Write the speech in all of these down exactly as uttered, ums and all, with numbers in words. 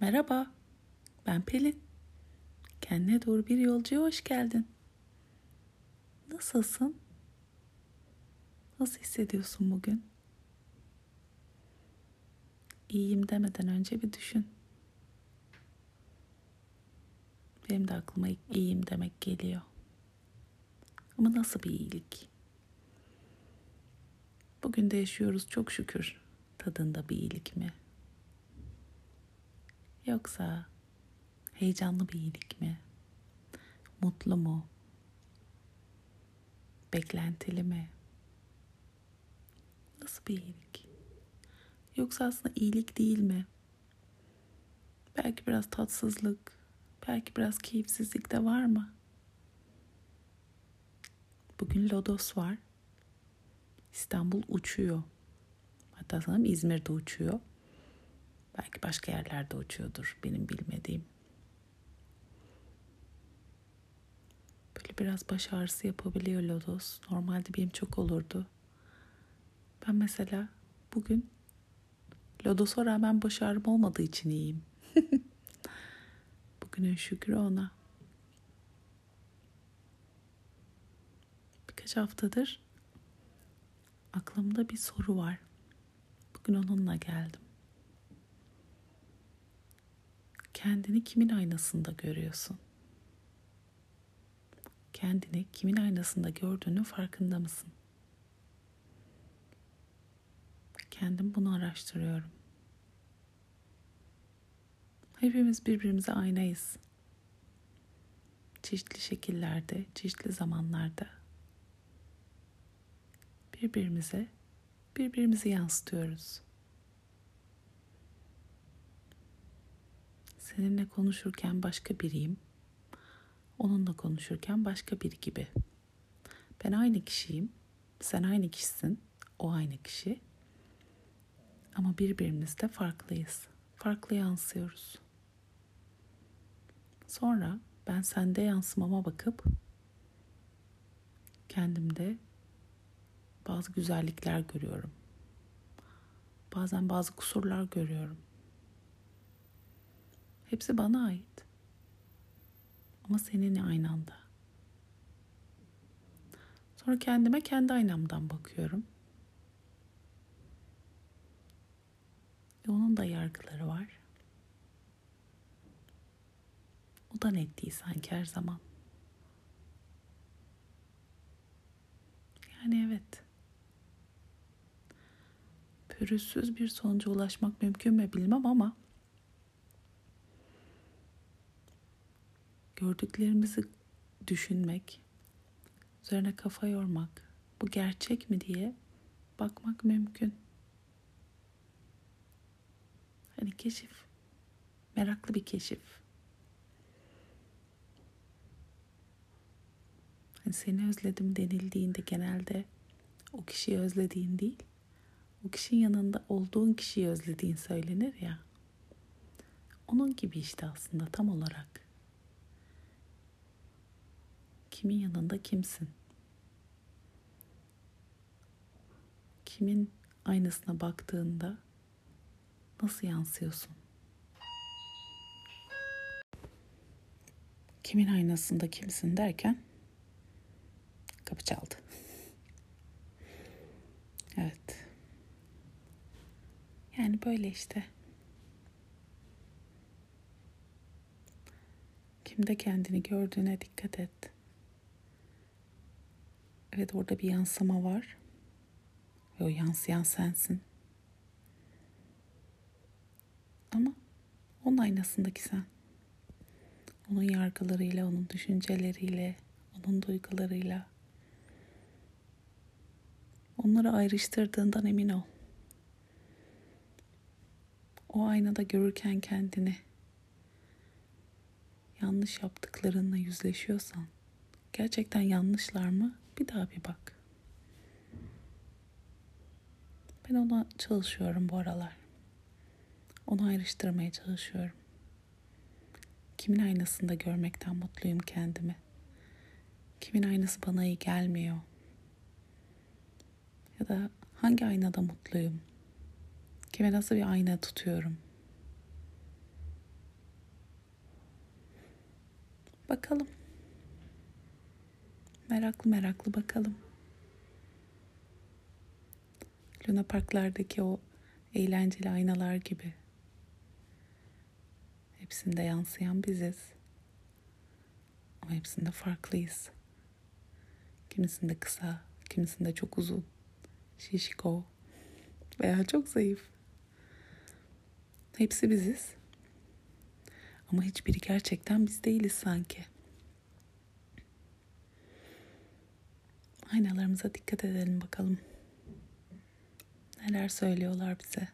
Merhaba, ben Pelin. Kendine doğru bir yolcuya hoş geldin. Nasılsın? Nasıl hissediyorsun bugün? İyiyim demeden önce bir düşün. Benim de aklıma ilk iyiyim demek geliyor. Ama nasıl bir iyilik? Bugün de yaşıyoruz çok şükür. Tadında bir iyilik mi? Yoksa heyecanlı bir iyilik mi? Mutlu mu? Beklentili mi? Nasıl bir iyilik? Yoksa aslında iyilik değil mi? Belki biraz tatsızlık, belki biraz keyifsizlik de var mı? Bugün lodos var. İstanbul uçuyor. Hatta sanırım İzmir'de uçuyor. Belki başka yerlerde uçuyordur benim bilmediğim. Böyle biraz baş ağrısı yapabiliyor lodos. Normalde benim çok olurdu. Ben mesela bugün lodosa rağmen baş ağrım olmadığı için iyiyim. Bugünün şükrü ona. Birkaç haftadır aklımda bir soru var. Bugün onunla geldim. Kendini kimin aynasında görüyorsun? Kendini kimin aynasında gördüğünün farkında mısın? Kendim bunu araştırıyorum. Hepimiz birbirimize aynayız. Çeşitli şekillerde, çeşitli zamanlarda birbirimize, birbirimizi yansıtıyoruz. Seninle konuşurken başka biriyim. Onunla konuşurken başka biri gibi. Ben aynı kişiyim. Sen aynı kişisin. O aynı kişi. Ama birbirimizde farklıyız. Farklı yansıyoruz. Sonra ben sende yansımama bakıp kendimde bazı güzellikler görüyorum. Bazen bazı kusurlar görüyorum. Hepsi bana ait. Ama senin aynı anda. Sonra kendime kendi aynamdan bakıyorum. Ve onun da yargıları var. O da net değil sanki her zaman. Yani evet. Pürüzsüz bir sonuca ulaşmak mümkün mü bilmem ama gördüklerimizi düşünmek, üzerine kafa yormak, bu gerçek mi diye bakmak mümkün. Hani keşif, meraklı bir keşif. Hani seni özledim denildiğinde genelde o kişiyi özlediğin değil, o kişinin yanında olduğun kişiyi özlediğin söylenir ya. Onun gibi işte aslında tam olarak. Kimin yanında kimsin? Kimin aynasına baktığında nasıl yansıyorsun? Kimin aynasında kimsin derken kapı çaldı. Evet. Yani böyle işte. Kimde kendini gördüğüne dikkat et. Evet, orada bir yansıma var. Ve o yansıyan sensin. Ama onun aynasındaki sen. Onun yargılarıyla, onun düşünceleriyle, onun duygularıyla. Onları ayrıştırdığından emin ol. O aynada görürken kendini yanlış yaptıklarınla yüzleşiyorsan, gerçekten yanlışlar mı? Bir daha bir bak. Ben ona çalışıyorum bu aralar. Onu ayrıştırmaya çalışıyorum. Kimin aynasında görmekten mutluyum kendimi? Kimin aynası bana iyi gelmiyor? Ya da hangi aynada mutluyum? Kime nasıl bir ayna tutuyorum? Bakalım. Meraklı meraklı bakalım. Luna Parklardaki o eğlenceli aynalar gibi. Hepsinde yansıyan biziz. Ama hepsinde farklıyız. Kimisinde kısa, kimisinde çok uzun. Şişko veya çok zayıf. Hepsi biziz. Ama hiçbiri gerçekten biz değiliz sanki. Aynalarımıza dikkat edelim bakalım. Neler söylüyorlar bize.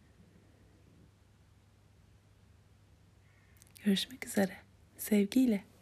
Görüşmek üzere. Sevgiyle.